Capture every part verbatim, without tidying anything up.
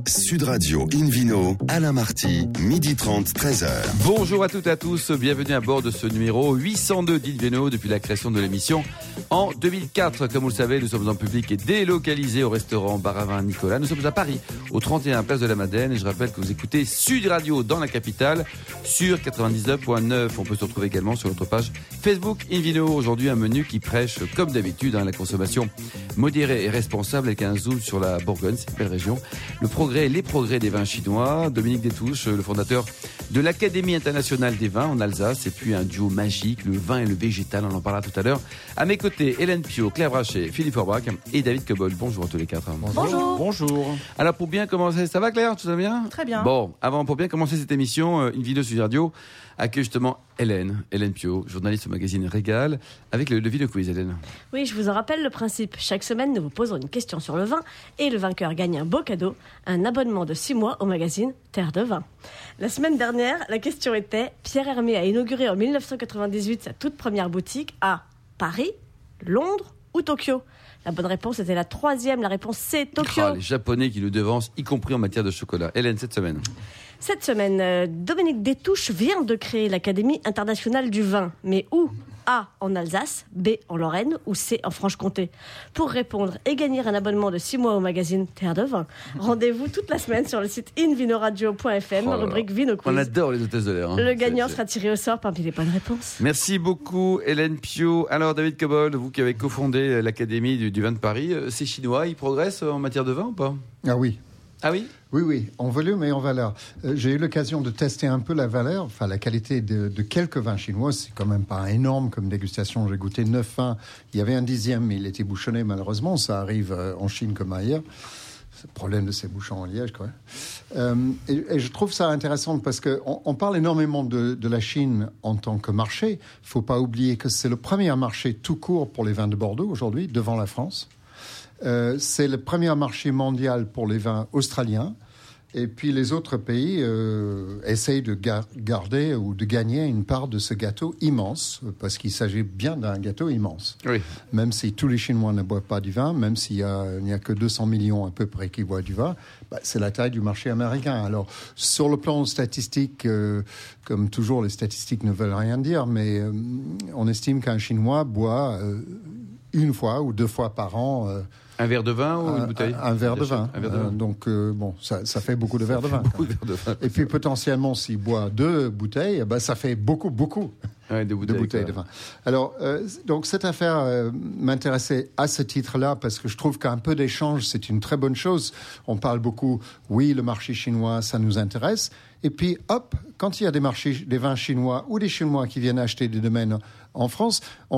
Sud Radio Invino, Alain Marty, midi trente, treize heures. Bonjour à toutes et à tous, bienvenue à bord de ce numéro huit cent deux d'Invino depuis la création de l'émission en deux mille quatre. Comme vous le savez, nous sommes en public et délocalisés au restaurant Bar à Vin Nicolas. Nous sommes à Paris, au trente et un Place de la Madeleine, et je rappelle que vous écoutez Sud Radio dans la capitale sur quatre-vingt-dix-neuf virgule neuf. On peut se retrouver également sur notre page Facebook Invino. Aujourd'hui, un menu qui prêche, comme d'habitude, hein, la consommation modérée et responsable, avec un zoom sur la Bourgogne, cette belle région. Le progrès, les progrès des vins chinois. Dominique Détouche, le fondateur de l'Académie internationale des vins en Alsace, et puis un duo magique, le vin et le végétal, on en parlera tout à l'heure. À mes côtés, Hélène Pio, Claire Brachet, Philippe Forbach et David Cobol. Bonjour à tous les quatre. Bonjour. Bonjour. Alors pour bien commencer, ça va Claire, tout va bien? Très bien. Bon, avant, pour bien commencer cette émission, euh, une vidéo sur Radio accueille justement Hélène, Hélène Pio, journaliste au magazine Régal, avec le, le vidéo quiz. Hélène. Oui, je vous en rappelle le principe. Chaque semaine, nous vous posons une question sur le vin et le vainqueur gagne un beau cadeau, un abonnement de six mois au magazine Terre de Vin. La semaine dernière, la question était: Pierre Hermé a inauguré en dix-neuf cent quatre-vingt-dix-huit sa toute première boutique à Paris, Londres ou Tokyo? La bonne réponse était la troisième. La réponse c'est Tokyo. Oh, les Japonais qui nous devancent, y compris en matière de chocolat. Hélène, cette semaine. Cette semaine, euh, Dominique Détouche vient de créer l'Académie internationale du vin. Mais où? A en Alsace, B en Lorraine ou C en Franche-Comté? Pour répondre et gagner un abonnement de six mois au magazine Terre de Vin, rendez-vous toute la semaine sur le site invinoradio point f m, oh rubrique Vino Quiz. On adore les hôtesses de l'air. Hein. Le gagnant c'est, sera tiré au sort parmi les bonnes réponses. Merci beaucoup Hélène Pio. Alors David Cobol, vous qui avez cofondé l'Académie du, du vin de Paris, ces Chinois, ils progressent en matière de vin ou pas? Ah oui. Ah oui? Oui, oui, en volume et en valeur. Euh, j'ai eu l'occasion de tester un peu la valeur, enfin la qualité de, de quelques vins chinois. C'est quand même pas énorme comme dégustation. J'ai goûté neuf vins. Il y avait un dixième, mais il était bouchonné malheureusement. Ça arrive euh, en Chine comme ailleurs. C'est le problème de ces bouchons en liège, quoi. Euh, et, et je trouve ça intéressant parce qu'on on parle énormément de, de la Chine en tant que marché. Il ne faut pas oublier que c'est le premier marché tout court pour les vins de Bordeaux aujourd'hui, devant la France. Euh, c'est le premier marché mondial pour les vins australiens. Et puis les autres pays euh, essayent de gar- garder ou de gagner une part de ce gâteau immense, parce qu'il s'agit bien d'un gâteau immense. Oui. Même si tous les Chinois ne boivent pas du vin, même s'il y a, il n'y a que deux cents millions à peu près qui boivent du vin, bah, c'est la taille du marché américain. Alors, sur le plan statistique, euh, comme toujours, les statistiques ne veulent rien dire, mais euh, on estime qu'un Chinois boit euh, une fois ou deux fois par an... Euh, Un verre de vin ou un, une bouteille? Un, un verre de vin. Un verre de vin. Euh, donc, euh, bon, ça, ça fait beaucoup de verres de vin. Beaucoup de verres de vin. Et puis, potentiellement, s'il boit deux bouteilles, eh ben, ça fait beaucoup, beaucoup ouais, de bouteilles, de, bouteilles de vin. Alors, euh, donc, cette affaire euh, m'intéressait à ce titre-là parce que je trouve qu'un peu d'échange, c'est une très bonne chose. On parle beaucoup, oui, le marché chinois, ça nous intéresse. Et puis, hop, quand il y a des marchés, des vins chinois ou des Chinois qui viennent acheter des domaines en France, on,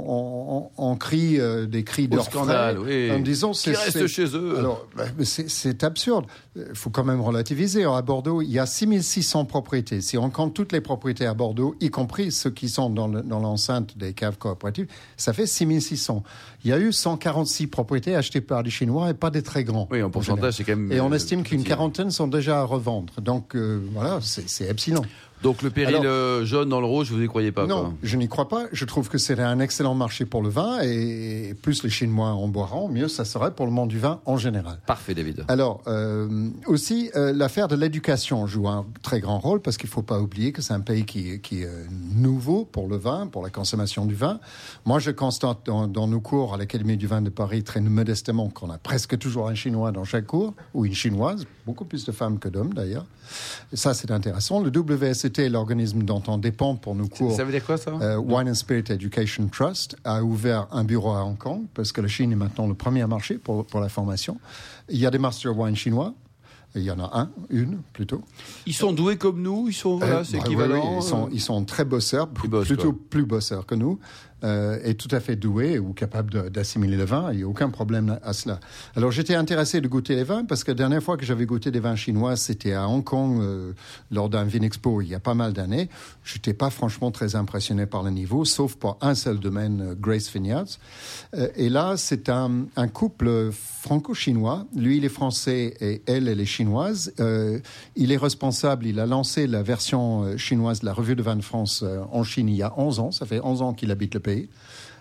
on, on, on crie euh, des cris de scandale, oui. En disant qui restent chez eux. Alors, c'est, c'est absurde. Il faut quand même relativiser. Alors, à Bordeaux, il y a six mille six cents propriétés. Si on compte toutes les propriétés à Bordeaux, y compris ceux qui sont dans, le, dans l'enceinte des caves coopératives, ça fait six mille six cents. Il y a eu cent quarante-six propriétés achetées par des Chinois et pas des très grands. Oui, en pourcentage, c'est quand même... Et on estime qu'une petit. quarantaine sont déjà à revendre. Donc, euh, voilà, c'est, c'est epsilon. Donc le péril Alors, jaune dans le rouge, vous n'y croyez pas? Non, quoi. Je n'y crois pas. Je trouve que c'est un excellent marché pour le vin et plus les Chinois en boiront, mieux ça serait pour le monde du vin en général. Parfait, David. Alors, euh, aussi, euh, l'affaire de l'éducation joue un très grand rôle parce qu'il ne faut pas oublier que c'est un pays qui, qui est nouveau pour le vin, pour la consommation du vin. Moi, je constate dans, dans nos cours à l'Académie du vin de Paris, très modestement, qu'on a presque toujours un Chinois dans chaque cours, ou une Chinoise, beaucoup plus de femmes que d'hommes d'ailleurs. Et ça, c'est intéressant. Le W S E T, l'organisme dont on dépend pour nos cours, ça veut dire quoi ça? euh, Wine and Spirit Education Trust, a ouvert un bureau à Hong Kong, parce que la Chine est maintenant le premier marché pour, pour la formation. Il y a des Master of Wine chinois. Il y en a un, une plutôt. Ils sont doués comme nous, ils sont voilà, euh, c'est bah, équivalent. Oui, oui, ils, sont, ils sont très bosseurs, ils bossent, plutôt quoi. plus bosseurs que nous, euh, et tout à fait doués ou capables de, d'assimiler le vin. Il n'y a aucun problème à cela. Alors j'étais intéressé de goûter les vins parce que la dernière fois que j'avais goûté des vins chinois, c'était à Hong Kong euh, lors d'un Vinexpo il y a pas mal d'années. Je n'étais pas franchement très impressionné par le niveau, sauf pour un seul domaine, euh, Grace Vineyards. Euh, et là, c'est un, un couple franco-chinois. Lui, il est français et elle, elle est chinoise. Euh, il est responsable, il a lancé la version chinoise de la Revue de Vin de France euh, en Chine il y a onze ans. Ça fait onze ans qu'il habite le pays.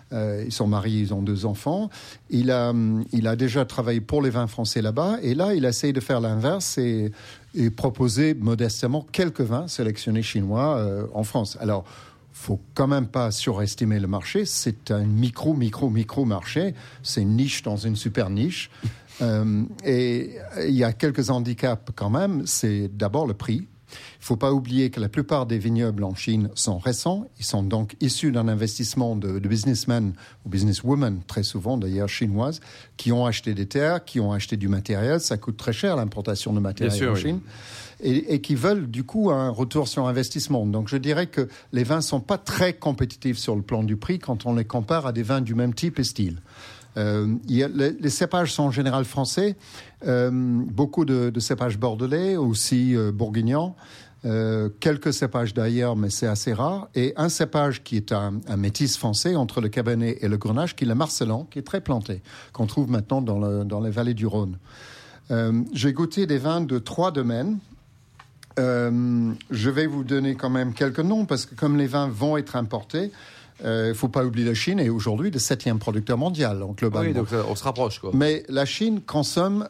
Euh, ils sont mariés, ils ont deux enfants. Il a, il a déjà travaillé pour les vins français là-bas. Et là, il essaye de faire l'inverse et, et proposer modestement quelques vins sélectionnés chinois euh, en France. Alors, faut quand même pas surestimer le marché. C'est un micro, micro, micro marché. C'est une niche dans une super niche. Euh, et il y a quelques handicaps quand même. C'est d'abord le prix. Il ne faut pas oublier que la plupart des vignobles en Chine sont récents. Ils sont donc issus d'un investissement de, de businessmen ou businesswomen, très souvent d'ailleurs chinoises, qui ont acheté des terres, qui ont acheté du matériel. Ça coûte très cher l'importation de matériel sûr, en oui. Chine. Et, et qui veulent du coup un retour sur investissement. Donc je dirais que les vins ne sont pas très compétitifs sur le plan du prix quand on les compare à des vins du même type et style. Euh, il y a, les, les cépages sont en général français, euh, beaucoup de, de cépages bordelais, aussi euh, bourguignons, euh, quelques cépages d'ailleurs, mais c'est assez rare, et un cépage qui est un, un métis français entre le Cabernet et le Grenache, qui est le Marcellan, qui est très planté, qu'on trouve maintenant dans, le, dans les vallées du Rhône. Euh, j'ai goûté des vins de trois domaines. Euh, je vais vous donner quand même quelques noms, parce que comme les vins vont être importés, il euh, ne faut pas oublier la Chine est aujourd'hui le septième producteur mondial, donc globalement. Oui, donc ça, on se rapproche, quoi. Mais la Chine consomme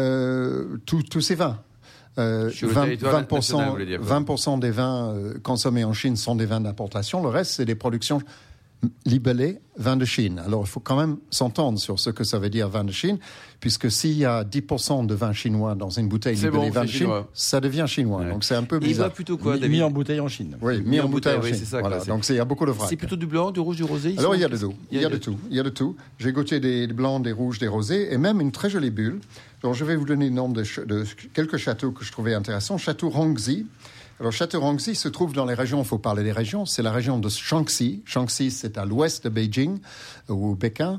euh, tous ces vins. Euh, vingt, vingt pour cent, national, dire, vingt pour cent des vins euh, consommés en Chine sont des vins d'importation. Le reste, c'est des productions libellées vins de Chine. Alors, il faut quand même s'entendre sur ce que ça veut dire vin de Chine, puisque s'il y a dix pour cent de vin chinois dans une bouteille c'est libellée bon, vin de Chine, chinois. Ça devient chinois. Ouais. Donc, c'est un peu bizarre. Et il va plutôt quoi, mis, David mis en bouteille en Chine. Oui, mis, mis en, en bouteille, bouteille en Chine. Oui, c'est ça, voilà. Donc, il y a beaucoup de vrac. C'est plutôt du blanc, du rouge, du rosé. Alors, il y a de tout. Il y a de tout. Il y a de tout. J'ai goûté des blancs, des rouges, des rosés, et même une très jolie bulle. Donc, je vais vous donner le nom de, ch- de quelques châteaux que je trouvais intéressants. Château Rongzi. Alors, Château Rongzi se trouve dans les régions, il faut parler des régions, c'est la région de Shaanxi. Shaanxi, c'est à l'ouest de Beijing, ou Pékin,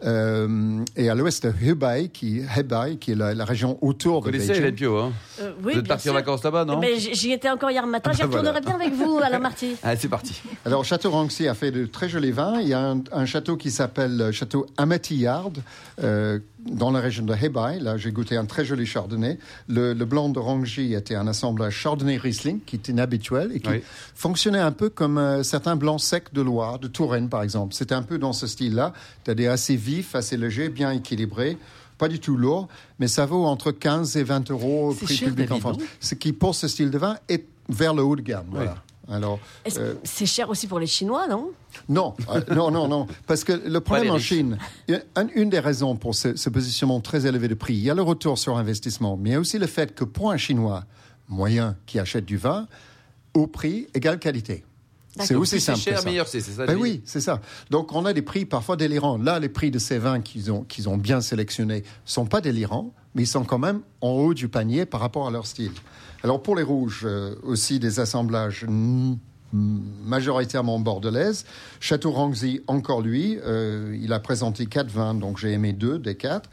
euh, et à l'ouest de Hebei, qui, Hebei, qui est la, la région autour Vous de connaissez Beijing. Hélène Pio, hein Euh, oui, Vous êtes parti en vacances là-bas, non? Mais j'y étais encore hier matin, j'y Ah, voilà. retournerai bien avec vous, Alain Marty. Allez, c'est parti. Alors, Château Rongzi a fait de très jolis vins. Il y a un, un château qui s'appelle Château Ametillard, euh, dans la région de Hebei. Là, j'ai goûté un très joli chardonnay. Le, le blanc de Rongzi était un assemblage chardonnay-riesling qui est inhabituel et qui Oui. fonctionnait un peu comme euh, certains blancs secs de Loire, de Touraine, par exemple. C'était un peu dans ce style-là. C'est-à-dire assez vif, assez léger, bien équilibré. Pas du tout lourd, mais ça vaut entre quinze et vingt euros au C'est prix cher, public David, en France. non Ce qui, pour ce style de vin, est vers le haut de gamme. Voilà. Alors, Est-ce- euh, C'est cher aussi pour les Chinois, non? non, euh, non, non, non. Parce que le problème les en riches. Chine, une, une des raisons pour ce, ce positionnement très élevé de prix, il y a le retour sur investissement, mais il y a aussi le fait que pour un Chinois moyen qui achète du vin, au prix égale qualité. C'est D'accord. aussi Plus c'est simple que cher, ça. meilleur c'est, c'est ça? Ben David oui, c'est ça. Donc on a des prix parfois délirants. Là, les prix de ces vins qu'ils ont, qu'ils ont bien sélectionnés sont pas délirants, mais ils sont quand même en haut du panier par rapport à leur style. Alors pour les rouges, euh, aussi des assemblages mm, mm, majoritairement bordelaises. Château Rongzi, encore lui, euh, il a présenté quatre vins, donc j'ai aimé deux des quatre.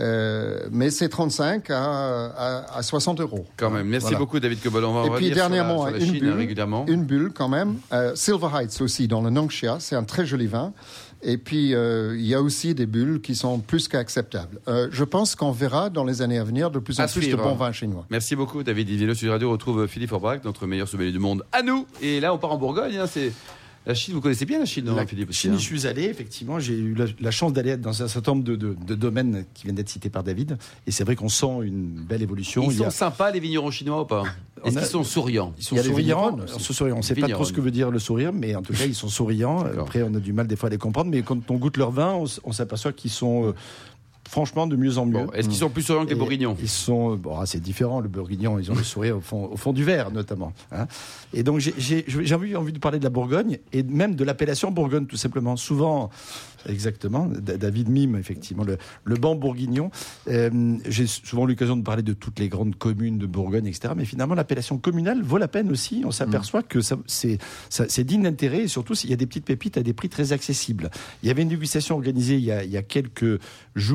Euh, mais c'est trente-cinq à, à, à soixante euros. Quand même. Merci Voilà. beaucoup, David Cobol. On va Et puis revenir dernièrement, sur la, sur la une, Chine bulle, régulièrement. une bulle quand même. Euh, Silver Heights aussi, dans le Nongxia. C'est un très joli vin. Et puis, euh, il y a aussi des bulles qui sont plus qu'acceptables. Euh, je pense qu'on verra dans les années à venir de plus en À plus suivre. de bons vins chinois. Merci beaucoup, David Divino. Sur Radio, on retrouve Philippe Aubrac, notre meilleur sommelier du monde, à nous. Et là, on part en Bourgogne. Hein, c'est la Chine. Vous connaissez bien la Chine, non, La Philippe aussi, Chine, hein je suis allé, effectivement. J'ai eu la, la chance d'aller dans un certain nombre de, de, de domaines qui viennent d'être cités par David. Et c'est vrai qu'on sent une belle évolution. Ils Il y sont a- sympas, les vignerons chinois, ou pas? Est-ce On a- qu'ils sont souriants? Ils sont Il y a des souriants. vignerons aussi. Ils sont souriants. On ne sait pas trop Vignerons. ce que veut dire le sourire, mais en tout cas, ils sont souriants. D'accord. Après, on a du mal des fois à les comprendre. Mais quand on goûte leur vin, on, s- on s'aperçoit qu'ils sont euh, franchement de mieux en mieux. Bon, est-ce qu'ils sont plus souriants que les Et bourguignons? Ils sont, bon, ah, c'est différent. Le bourguignon, ils ont le sourire au fond, au fond du verre, notamment. Hein. Et donc, j'ai, j'ai, j'ai envie, envie de parler de la Bourgogne et même de l'appellation Bourgogne, tout simplement. Souvent, exactement, D- David mime effectivement le, le banc bourguignon. Euh, j'ai souvent l'occasion de parler de toutes les grandes communes de Bourgogne, et cetera. Mais finalement, l'appellation communale vaut la peine aussi. On s'aperçoit que ça, c'est, ça, c'est digne d'intérêt et surtout, il y a des petites pépites à des prix très accessibles. Il y avait une dégustation organisée il y a, il y a quelques jours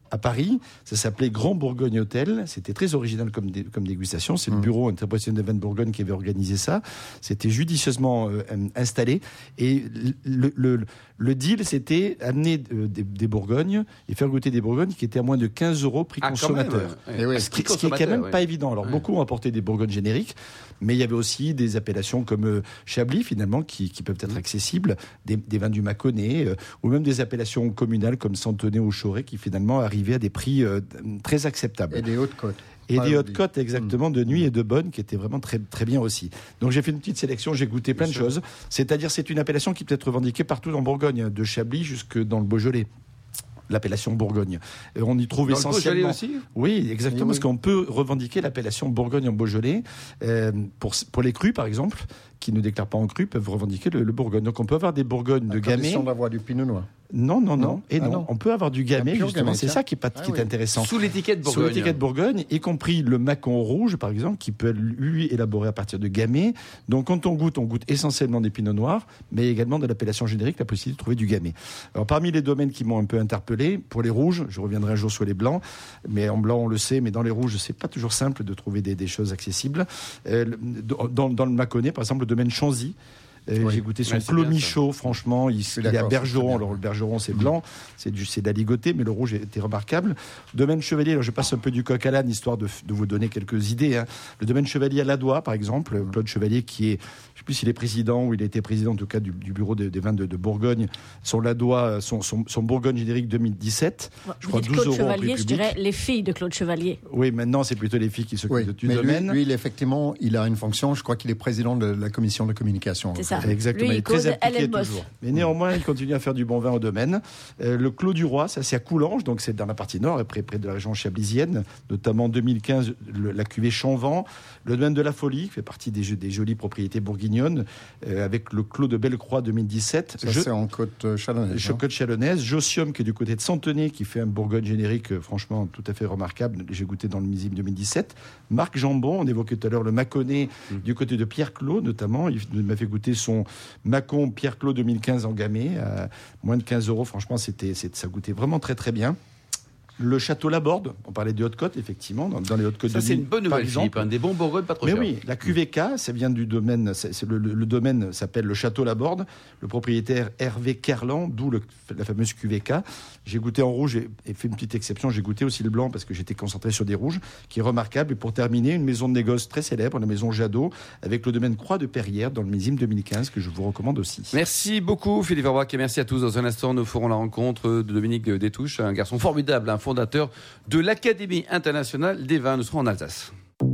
à Paris. Ça s'appelait Grand Bourgogne Hôtel. C'était très original comme, dé, comme dégustation. C'est mmh. le bureau interprofessionnel des vins de Bourgogne qui avait organisé ça. C'était judicieusement euh, installé. Et le, le, le deal, c'était amener euh, des, des Bourgognes et faire goûter des Bourgognes qui étaient à moins de quinze euros prix ah, consommateur. Quand même, ouais. Ouais. Ce, qui, ce qui est quand même ouais. pas évident. Alors, ouais. beaucoup ont apporté des Bourgognes génériques, mais il y avait aussi des appellations comme euh, Chablis, finalement, qui, qui peuvent être mmh. accessibles, des, des vins du Mâconnais, euh, ou même des appellations communales comme Santenay ou Chauray, qui finalement arrivaient à des prix euh, très acceptables. Et des Hautes-Côtes. Et pas des Hautes-Côtes, exactement, mmh. de nuit et de bonne, qui étaient vraiment très, très bien aussi. Donc j'ai fait une petite sélection, j'ai goûté plein bien de sûr. choses. C'est-à-dire, c'est une appellation qui peut être revendiquée partout en Bourgogne, de Chablis jusque dans le Beaujolais. L'appellation Bourgogne. Et on y trouve dans essentiellement. Le Beaujolais aussi ? Oui, exactement, oui, oui. Parce qu'on peut revendiquer l'appellation Bourgogne en Beaujolais. Euh, pour, pour les crus, par exemple, qui ne déclarent pas en cru, peuvent revendiquer le, le Bourgogne. Donc on peut avoir des Bourgognes de Gamay. À condition d'avoir du Pinot Noir. Non, non, non. non. Et ah non. non, on peut avoir du Gamay, justement. Gamay, c'est ça qui est, pas, ah, qui est oui. intéressant. Sous l'étiquette Bourgogne. Sous l'étiquette Bourgogne, y compris le Mâcon rouge, par exemple, qui peut être, lui, élaboré à partir de Gamay. Donc, quand on goûte, on goûte essentiellement des Pinots Noirs, mais également de l'appellation générique, la possibilité de trouver du Gamay. Alors, parmi les domaines qui m'ont un peu interpellé, pour les rouges, je reviendrai un jour sur les blancs, mais en blanc, on le sait, mais dans les rouges, c'est pas toujours simple de trouver des, des choses accessibles. Euh, dans, dans le Mâconnais, par exemple, le domaine Chanzy, Euh, oui. J'ai goûté son ouais, Clos Michaud, franchement, il, il est à Bergeron. Alors le Bergeron, c'est blanc, c'est du c'est d'aligoté, mais le rouge était remarquable. Domaine Chevalier, alors je passe un peu du coq à l'âne, histoire de, de vous donner quelques idées. Hein. Le domaine Chevalier à Ladois, par exemple, mmh. Claude Chevalier, qui est, je ne sais plus s'il est président ou il a été président en tout cas du, du bureau de, des vins de, de Bourgogne. Son Ladois, son, son, son Bourgogne générique deux mille dix-sept. Ouais, je crois douze Claude euros Chevalier, je dirais les filles de Claude Chevalier. Oui, maintenant c'est plutôt les filles qui s'occupent oui, du mais domaine. Lui, lui, il, effectivement, il a une fonction. Je crois qu'il est président de la commission de communication. C'est ça. Exactement. Lui, très impliqué toujours. Mais néanmoins, il continue à faire du bon vin au domaine. Euh, le Clos du Roi, ça c'est à Coulanges, donc c'est dans la partie nord, près, près de la région chablisienne, notamment en deux mille quinze, le, la cuvée Chanvent. Le domaine de la Folie, qui fait partie des, des jolies propriétés bourguignonnes, euh, avec le Clos de Bellecroix deux mille dix-sept. Ça Je... c'est en côte chalonnaise. En côte chalonnaise. Jossium, qui est du côté de Santenay, qui fait un Bourgogne générique, euh, franchement, tout à fait remarquable. J'ai goûté dans le millésime deux mille dix-sept. Marc Jambon, on évoquait tout à l'heure le Mâconnais, mmh. du côté de Pierre-Clos, notamment. Il m'a fait goûter son Mâcon Pierre-Clos deux mille quinze en Gamay, à moins de quinze euros. Franchement, c'était, c'était, ça goûtait vraiment très très bien. Le château Laborde, on parlait des Hautes-Côtes, effectivement, dans, dans les Hautes-Côtes de Nîmes. Ça, c'est une bonne nouvelle, Philippe, hein, des bons Bourgognes, pas trop Mais cher. oui, la cuvée K, ça vient du domaine, c'est, c'est le, le, le domaine s'appelle le château Laborde, le propriétaire Hervé Kerlan, d'où le, la fameuse cuvée K. J'ai goûté en rouge et, et fait une petite exception, j'ai goûté aussi le blanc parce que j'étais concentré sur des rouges, qui est remarquable. Et pour terminer, une maison de négoce très célèbre, la maison Jadot, avec le domaine Croix de Perrières, dans le millésime deux mille quinze, que je vous recommande aussi. Merci beaucoup, Philippe Orbach, et merci à tous. Dans un instant, nous ferons la rencontre de Dominique Détouche, un garçon formidable, un fondateur de l'Académie internationale des vins. Nous serons en Alsace.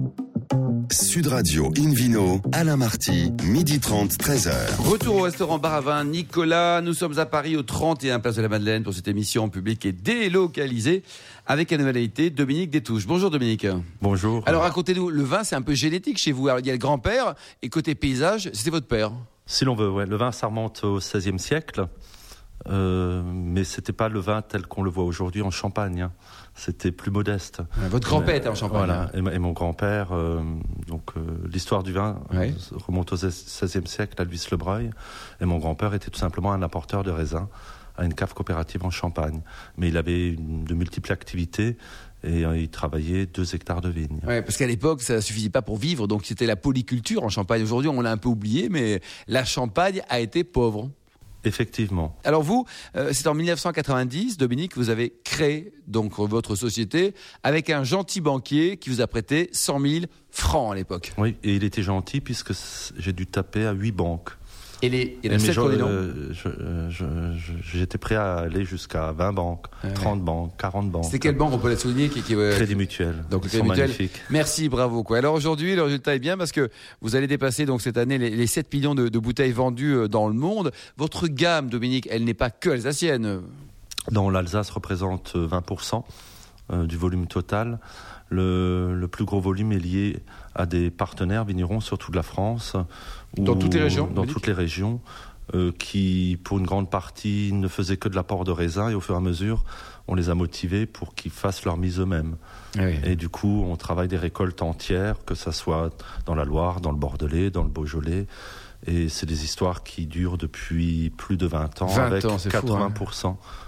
Sud Radio Invino, Alain Marty, midi trente, treize heures. Retour au restaurant Bar à Vin Nicolas. Nous sommes à Paris, au trente et un Place de la Madeleine, pour cette émission en public et délocalisée, avec un nouvel invité, Dominique Détouche. Bonjour Dominique. Bonjour. Alors racontez-nous, le vin c'est un peu génétique chez vous. Alors, il y a le grand-père, et côté paysage, c'était votre père. Si l'on veut, ouais. Le vin, ça remonte au seizième siècle. Euh, mais c'était pas le vin tel qu'on le voit aujourd'hui en Champagne. Hein. C'était plus modeste. Votre grand-père était en Champagne. Voilà. Et, et mon grand-père, euh, donc euh, l'histoire du vin ouais. euh, remonte au seizième siècle, à Luis Le Breuil. Et mon grand-père était tout simplement un apporteur de raisins à une cave coopérative en Champagne. Mais il avait une, de multiples activités. Et euh, il travaillait deux hectares de vignes. Ouais, parce qu'à l'époque, ça ne suffisait pas pour vivre. Donc c'était la polyculture en Champagne. Aujourd'hui, on l'a un peu oublié, mais la Champagne a été pauvre. Effectivement. Alors vous, euh, c'est en dix-neuf cent quatre-vingt-dix, Dominique, vous avez créé donc votre société avec un gentil banquier qui vous a prêté cent mille francs à l'époque. Oui, et il était gentil puisque j'ai dû taper à huit banques. Et les, et les sept pour les noms euh, je, je, je, J'étais prêt à aller jusqu'à vingt banques, ouais. trente banques, quarante banques. C'était quelle banque, on peut la souligner qui, qui, euh, Crédit Mutuel. Donc, Crédit Mutuel. Merci, bravo. Quoi. Alors aujourd'hui, le résultat est bien parce que vous allez dépasser donc, cette année les, les sept millions de, de bouteilles vendues dans le monde. Votre gamme, Dominique, elle n'est pas que alsacienne. Non, l'Alsace représente vingt pour cent du volume total. Le, le plus gros volume est lié à des partenaires vignerons sur toute la France. Dans toutes les régions Dans toutes les régions, euh, qui, pour une grande partie, ne faisaient que de l'apport de raisins. Et au fur et à mesure, on les a motivés pour qu'ils fassent leur mise eux-mêmes. Oui. Et du coup, on travaille des récoltes entières, que ça soit dans la Loire, dans le Bordelais, dans le Beaujolais. Et c'est des histoires qui durent depuis plus de vingt ans, vingt avec ans, c'est quatre-vingts pour cent fou, hein.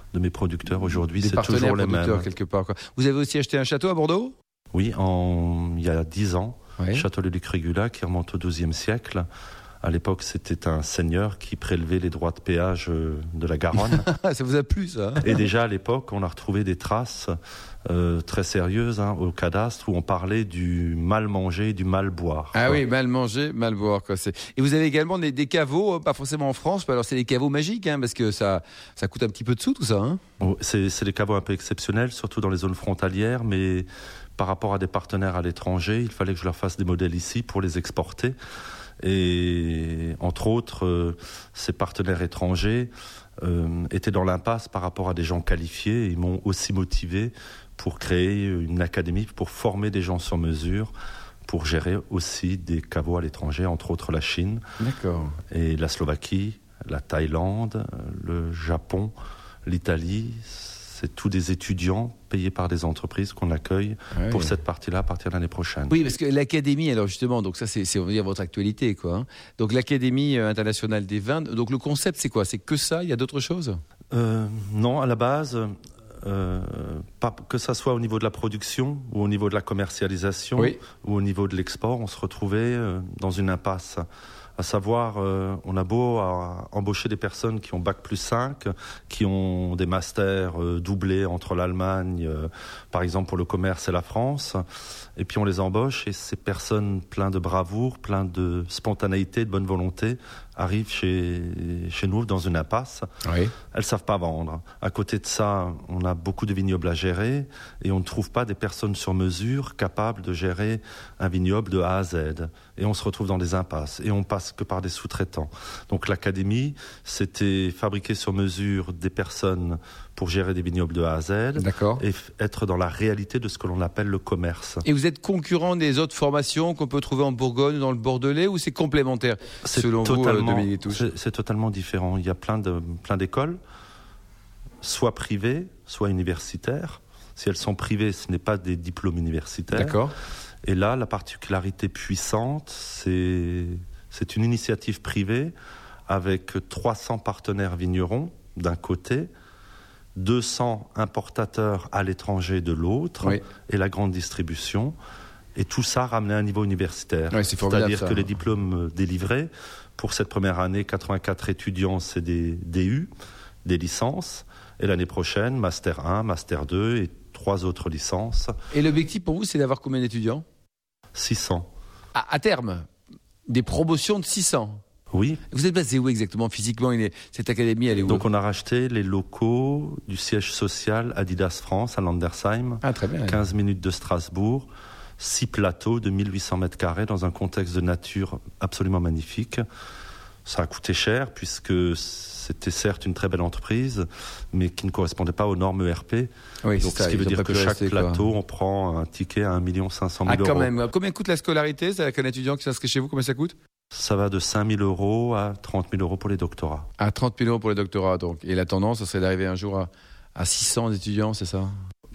de mes producteurs aujourd'hui, des c'est partenaires toujours les producteurs mêmes. quelque part, quoi. Vous avez aussi acheté un château à Bordeaux ? Oui, en, il y a dix ans, Oui. Château de Luc Régula, qui remonte au douzième siècle. À l'époque, c'était un seigneur qui prélevait les droits de péage de la Garonne. Ça vous a plu, ça ? Et déjà à l'époque, on a retrouvé des traces euh, très sérieuses hein, au cadastre où on parlait du mal manger, du mal boire. Ah quoi. oui, mal manger, mal boire. Quoi. C'est... Et vous avez également des, des caveaux, pas forcément en France, mais alors c'est des caveaux magiques, hein, parce que ça, ça coûte un petit peu de sous tout ça. Hein. Oh, c'est, c'est des caveaux un peu exceptionnels, surtout dans les zones frontalières, mais par rapport à des partenaires à l'étranger, il fallait que je leur fasse des modèles ici pour les exporter. Et entre autres, euh, ces partenaires étrangers euh, étaient dans l'impasse par rapport à des gens qualifiés. Ils m'ont aussi motivé pour créer une académie, pour former des gens sur mesure, pour gérer aussi des caveaux à l'étranger, entre autres la Chine, D'accord. et la Slovaquie, la Thaïlande, le Japon, l'Italie. C'est tous des étudiants payés par des entreprises qu'on accueille Ouais. pour cette partie-là à partir de l'année prochaine. Oui, parce que l'académie, alors justement, donc ça c'est, c'est on va dire votre actualité, quoi. Hein. Donc l'Académie internationale des vins. Donc le concept, c'est quoi ? C'est que ça ? Il y a d'autres choses ? Euh, non, à la base, euh, pas que ça soit au niveau de la production ou au niveau de la commercialisation Oui. ou au niveau de l'export, on se retrouvait euh, dans une impasse. À savoir, euh, on a beau à embaucher des personnes qui ont bac plus cinq, qui ont des masters euh, doublés entre l'Allemagne, euh, par exemple pour le commerce et la France, et puis on les embauche et ces personnes pleines de bravoure, pleines de spontanéité, de bonne volonté, arrivent chez, chez nous dans une impasse. Oui. Elles savent pas vendre. À côté de ça, on a beaucoup de vignobles à gérer et on ne trouve pas des personnes sur mesure capables de gérer un vignoble de A à Z. Et on se retrouve dans des impasses et on passe que par des sous-traitants. Donc l'académie, c'était fabriquer sur mesure des personnes pour gérer des vignobles de A à Z. D'accord. Et f- être dans la réalité de ce que l'on appelle le commerce. Et vous êtes concurrent des autres formations qu'on peut trouver en Bourgogne, dans le Bordelais, ou c'est complémentaire selon totalement, vous, Dominique Détouche ? c'est, c'est totalement différent. Il y a plein, de, plein d'écoles, soit privées, soit universitaires. Si elles sont privées, ce n'est pas des diplômes universitaires. D'accord. Et là, la particularité puissante, c'est, c'est une initiative privée avec trois cents partenaires vignerons d'un côté, deux cents importateurs à l'étranger de l'autre, Oui. et la grande distribution. Et tout ça ramené à un niveau universitaire. Oui, c'est formidable, C'est-à-dire ça. que les diplômes délivrés, pour cette première année, quatre-vingt-quatre étudiants, c'est des D U, des licences. Et l'année prochaine, Master un, Master deux et trois autres licences. Et l'objectif pour vous, c'est d'avoir combien d'étudiants ? six cents. à, à terme, des promotions de six cents. Oui. Vous êtes basé où exactement physiquement ? Il est, cette académie, elle est où ? Donc on a racheté les locaux du siège social Adidas France à Landersheim, Ah, très bien. quinze minutes de Strasbourg, six plateaux de mille huit cents mètres carrés dans un contexte de nature absolument magnifique. Ça a coûté cher puisque c'était certes une très belle entreprise, mais qui ne correspondait pas aux normes E R P. Oui, Donc, c'est ça, ce qui ils veut ont dire pas que pu chaque rester, quoi. plateau, on prend un ticket à un million cinq cent mille Ah, quand euros. même. Combien coûte la scolarité ? C'est avec un étudiant qui s'inscrit chez vous, combien ça coûte ? Ça va de cinq mille euros à trente mille euros pour les doctorats. À trente mille euros pour les doctorats, donc. Et la tendance, ce serait d'arriver un jour à, à six cents étudiants, c'est ça ?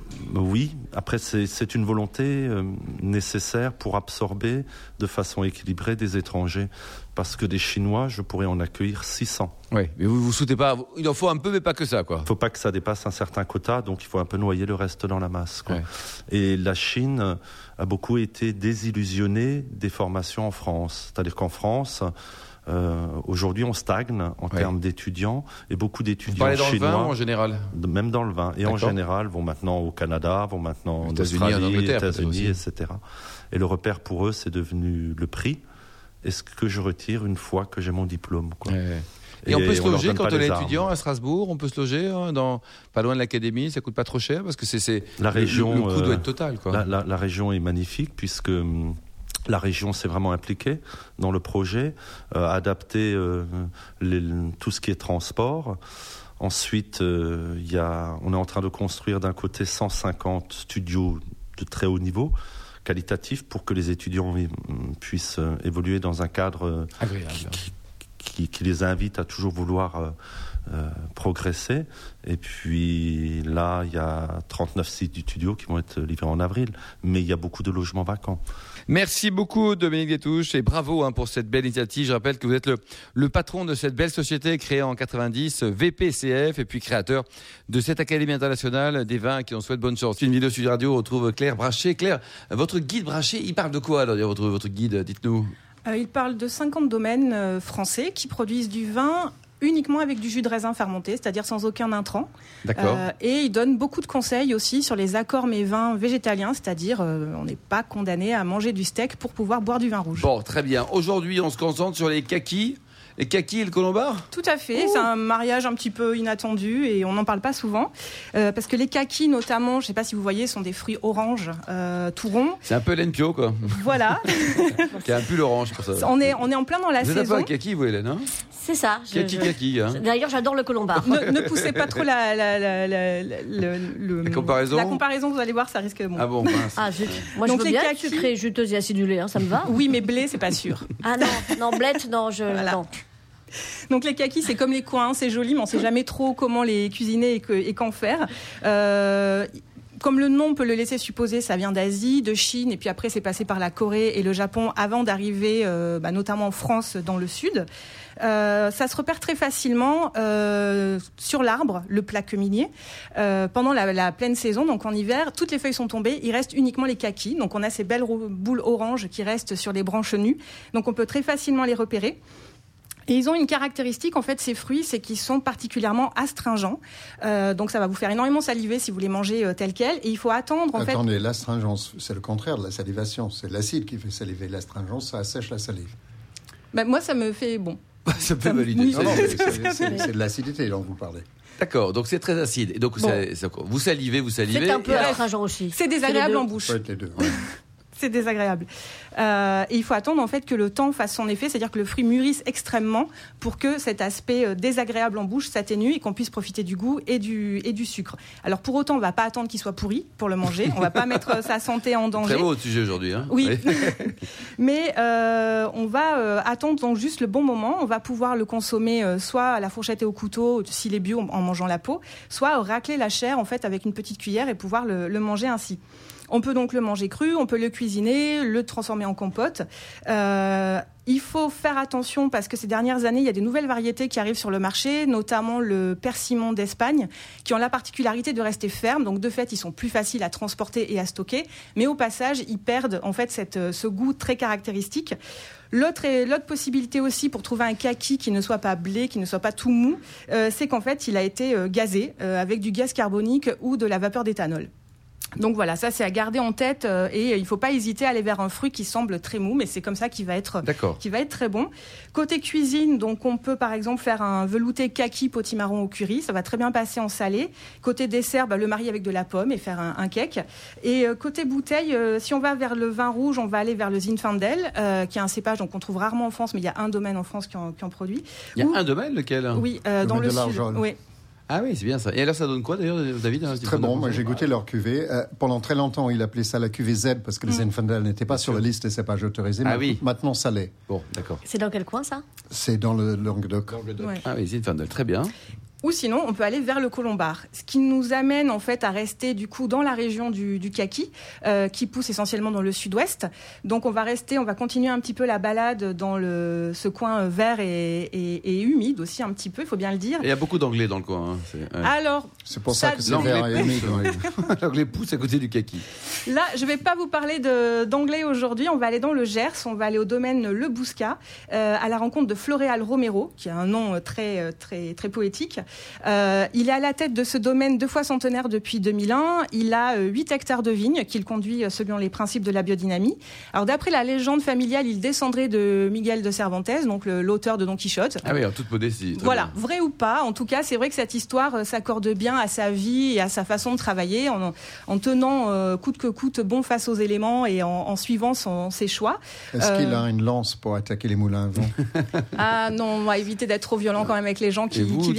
Oui, après c'est, c'est une volonté euh, nécessaire pour absorber de façon équilibrée des étrangers. Parce que des Chinois, je pourrais en accueillir six cents. Oui, mais vous vous souhaitez pas. Il en faut un peu, mais pas que ça, quoi. Il ne faut pas que ça dépasse un certain quota, donc il faut un peu noyer le reste dans la masse, quoi. Ouais. Et la Chine a beaucoup été désillusionnée des formations en France. C'est-à-dire qu'en France, euh, aujourd'hui, on stagne en Ouais. termes d'étudiants, et beaucoup Vous d'étudiants parlez dans le chinois, vin ou en général ? de- même dans le vin, et en D'accord. général, vont maintenant au Canada, vont maintenant en États-Unis, en Australie, Angleterre, peut-être États-Unis, aussi. et cetera. Et le repère pour eux, c'est devenu le prix. Est-ce que je retire une fois que j'ai mon diplôme, quoi. Ouais. Et, on peut se leur loger donne quand pas on est les armes. étudiant à Strasbourg. On peut se loger hein, dans pas loin de l'académie. Ça coûte pas trop cher parce que c'est, c'est La le- région, Le, le coût euh, doit être total, quoi. La, la- la région est magnifique puisque hum, la région s'est vraiment impliquée dans le projet, euh, adapter euh, les- tout ce qui est transport. Ensuite, euh, il y a, on est en train de construire d'un côté cent cinquante studios de très haut niveau, qualitatifs, pour que les étudiants hum, puissent euh, évoluer dans un cadre euh, Agréable. qui, qui- qui, qui les invite à toujours vouloir euh, euh, progresser. Et puis là, il y a trente-neuf sites du studio qui vont être livrés en avril, mais il y a beaucoup de logements vacants. Merci beaucoup Dominique Détouche et bravo hein, pour cette belle initiative. Je rappelle que vous êtes le, le patron de cette belle société créée en quatre-vingt-dix, V P C F, et puis créateur de cette Académie internationale des vins qui en souhaite bonne chance. Une vidéo sur Radio, on retrouve Claire Brachet. Claire, votre guide Brachet, il parle de quoi alors, votre, votre guide, dites-nous. Euh, il parle de cinquante domaines euh, français qui produisent du vin uniquement avec du jus de raisin fermenté, c'est-à-dire sans aucun intrant. D'accord. Euh, et il donne beaucoup de conseils aussi sur les accords mets vins végétaliens, c'est-à-dire euh, on n'est pas condamné à manger du steak pour pouvoir boire du vin rouge. Bon, très bien. Aujourd'hui, on se concentre sur les kakis. Les kakis et le colombard ? Tout à fait, Ouh. C'est un mariage un petit peu inattendu et on n'en parle pas souvent. Euh, parce que les kakis, notamment, je ne sais pas si vous voyez, sont des fruits oranges, euh, tout ronds. C'est un peu Hélène-Pio, quoi. Voilà. Qui a un pull orange pour ça. On est, on est en plein dans la vous saison. Vous n'êtes pas un kaki, vous, Hélène, hein ? C'est ça. Je, kaki, je... kaki. Hein. D'ailleurs, j'adore le colombard. Ne, ne poussez pas trop la, la, la, la, la, le, la comparaison. La comparaison, vous allez voir, ça risque. Bon. Ah bon, mince. Ah, zut. Moi, Donc, je veux les bien kakis... sucré, juteuse et acidulée, hein, ça me va. Oui, mais blé, c'est pas sûr. Ah non, non, blette, non, je. Voilà. Non. Donc les kakis, c'est comme les coins, c'est joli, mais on ne sait jamais trop comment les cuisiner et, que, et qu'en faire. Euh, Comme le nom peut le laisser supposer, ça vient d'Asie, de Chine, et puis après c'est passé par la Corée et le Japon avant d'arriver euh, bah, notamment en France dans le sud. Euh, ça se repère très facilement euh, sur l'arbre, le plaque minier. Euh, pendant la, la pleine saison, donc en hiver, toutes les feuilles sont tombées, il reste uniquement les kakis. Donc on a ces belles boules oranges qui restent sur les branches nues. Donc on peut très facilement les repérer. Et ils ont une caractéristique, en fait, ces fruits, c'est qu'ils sont particulièrement astringents. Euh, donc ça va vous faire énormément saliver si vous les mangez euh, tels quels. Et il faut attendre, en Attendez, fait... Attendez, l'astringence, c'est le contraire de la salivation. C'est l'acide qui fait saliver. L'astringence, ça assèche la salive. Ben, moi, ça me fait... Bon. Ça peut Ça me- valider. oui. Ça, Non, non, c'est- mais c'est, c'est- c'est de l'acidité dont vous parlez. D'accord, donc c'est très acide. Et donc, Bon. ça- ça- vous salivez, vous salivez. C'est un peu et alors- astringent aussi. C'est désagréable les deux. en bouche. Ça peut être les deux. ouais. C'est désagréable. Euh, et il faut attendre en fait que le temps fasse son effet, c'est-à-dire que le fruit mûrisse extrêmement pour que cet aspect euh, désagréable en bouche s'atténue et qu'on puisse profiter du goût et du, et du sucre. Alors pour autant, on ne va pas attendre qu'il soit pourri pour le manger. On ne va pas mettre euh, sa santé en danger. Très beau sujet aujourd'hui. Hein. Oui, mais euh, on va euh, attendre donc juste le bon moment. On va pouvoir le consommer euh, soit à la fourchette et au couteau, s'il est bio, en mangeant la peau, soit euh, racler la chair en fait avec une petite cuillère et pouvoir le, le manger ainsi. On peut donc le manger cru, on peut le cuisiner, le transformer en compote. Euh, il faut faire attention parce que ces dernières années, il y a des nouvelles variétés qui arrivent sur le marché, notamment le persimon d'Espagne, qui ont la particularité de rester fermes. Donc de fait, ils sont plus faciles à transporter et à stocker, mais au passage, ils perdent en fait cette, ce goût très caractéristique. L'autre, l'autre possibilité aussi pour trouver un kaki qui ne soit pas blé, qui ne soit pas tout mou, euh, c'est qu'en fait, il a été euh, gazé euh, avec du gaz carbonique ou de la vapeur d'éthanol. Donc voilà, ça c'est à garder en tête euh, et il ne faut pas hésiter à aller vers un fruit qui semble très mou, mais c'est comme ça qu'il va être, D'accord. qui va être très bon. Côté cuisine, donc on peut par exemple faire un velouté kaki potimarron au curry, ça va très bien passer en salé. Côté dessert, bah, le marier avec de la pomme et faire un, un cake. Et euh, côté bouteille, euh, si on va vers le vin rouge, on va aller vers le Zinfandel, euh, qui est un cépage donc, qu'on trouve rarement en France, mais il y a un domaine en France qui en, qui en produit. Il y a Ou- un domaine, lequel Oui, euh, dans Domaine le de sud. l'Arjol. Oui. Ah oui, c'est bien ça. Et alors, ça donne quoi d'ailleurs, David hein, Très bon, moi j'ai goûté leur cuvée. Euh, pendant très longtemps, il appelait ça la cuvée Z parce que le Zinfandel n'était pas sur la liste des cépages autorisés. Ah mais oui. Maintenant, ça l'est. Bon, d'accord. C'est dans quel coin ça? C'est dans le Languedoc. Ouais. Ah oui, Zinfandel, très bien. Ou sinon, on peut aller vers le colombard. Ce qui nous amène en fait à rester du coup dans la région du, du kaki, euh, qui pousse essentiellement dans le sud-ouest. Donc on va rester, on va continuer un petit peu la balade dans le, ce coin vert et, et, et humide aussi un petit peu, il faut bien le dire. Et il y a beaucoup d'anglais dans le coin. Hein. C'est, ouais. Alors, C'est pour ça, Ça, que c'est l'anglais vert et pousse. humide. ouais. L'anglais pousse à côté du kaki. là, je vais pas vous parler de, d'anglais aujourd'hui. On va aller dans le Gers, on va aller au domaine Le Bouscat, euh, à la rencontre de Floréal Romero, qui a un nom très, très, très poétique. Euh, il est à la tête de ce domaine deux fois centenaire depuis deux mille un. Il a euh, huit hectares de vignes qu'il conduit euh, selon les principes de la biodynamie. Alors, d'après la légende familiale, il descendrait de Miguel de Cervantes, donc le- l'auteur de Don Quichotte. Ah oui, en toute modestie. très Voilà, bien. vrai ou pas, en tout cas, c'est vrai que cette histoire euh, s'accorde bien à sa vie et à sa façon de travailler, en, en tenant euh, coûte que coûte bon face aux éléments et en, en suivant son- ses choix. Est-ce qu'il Euh, a une lance pour attaquer les moulins à vent? Ah non, on va éviter d'être trop violent quand même avec les gens qui, Et vous, qui viennent au descendez domaine.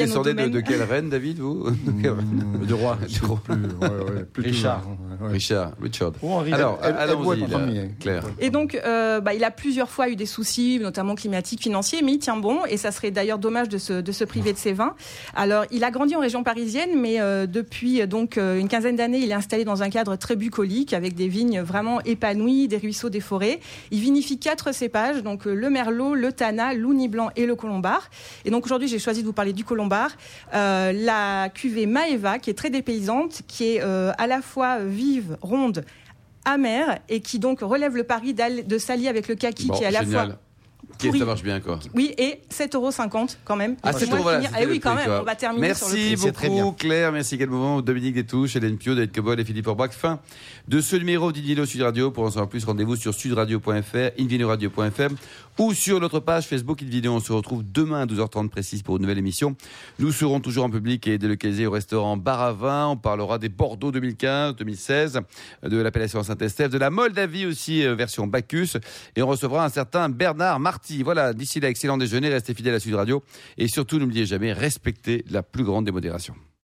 de, de quelle reine, David, vous? Mmh, de roi. Je sais plus, ouais, ouais, plutôt, Richard. ouais, ouais. Richard, Richard. Oh, Henri. Alors, Elle- elle- allons-y, elle là, premier. Claire. Et donc, euh, bah, il a plusieurs fois eu des soucis, notamment climatiques, financiers, mais il tient bon. Et ça serait d'ailleurs dommage de se, de se priver de ses vins. Alors, il a grandi en région parisienne, mais euh, depuis donc euh, une quinzaine d'années, il est installé dans un cadre très bucolique, avec des vignes vraiment épanouies, des ruisseaux, des forêts. Il vinifie quatre cépages, donc euh, le merlot, le tana, l'ougni blanc et le colombard. Et donc aujourd'hui, j'ai choisi de vous parler du colombard. Euh, la cuvée Maeva, qui est très dépaysante, qui est euh, à la fois vive, ronde, amère, et qui donc relève le pari de s'allier avec le kaki, Bon, qui est à la génial. fois... Ok, pourri. ça marche bien, quoi. Oui, et sept euros cinquante quand même. Ah, sept Laissez-moi euros, voilà. finir. c'était Eh oui, le quand prix, même, quoi. on va terminer sur le Merci prix. C'est très beaucoup, bien. Claire. Merci également Dominique Détouche, Hélène Pio, David Cobol et Philippe Orbach. Fin de ce numéro d'Invino Sud Radio. Pour en savoir plus, rendez-vous sur sudradio point f r, invinoradio point f m ou sur notre page Facebook Invino. On se retrouve demain à douze heures trente précise pour une nouvelle émission. Nous serons toujours en public et délocalisés au restaurant Bar à Vin. On parlera des Bordeaux deux mille quinze, deux mille seize, de l'appellation Saint-Estèphe, de la Moldavie aussi, euh, version Bacchus. Et on recevra un certain Bernard Marty. Voilà, d'ici là, excellent déjeuner. Restez fidèles à Sud Radio. Et surtout, n'oubliez jamais, respectez la plus grande démodération.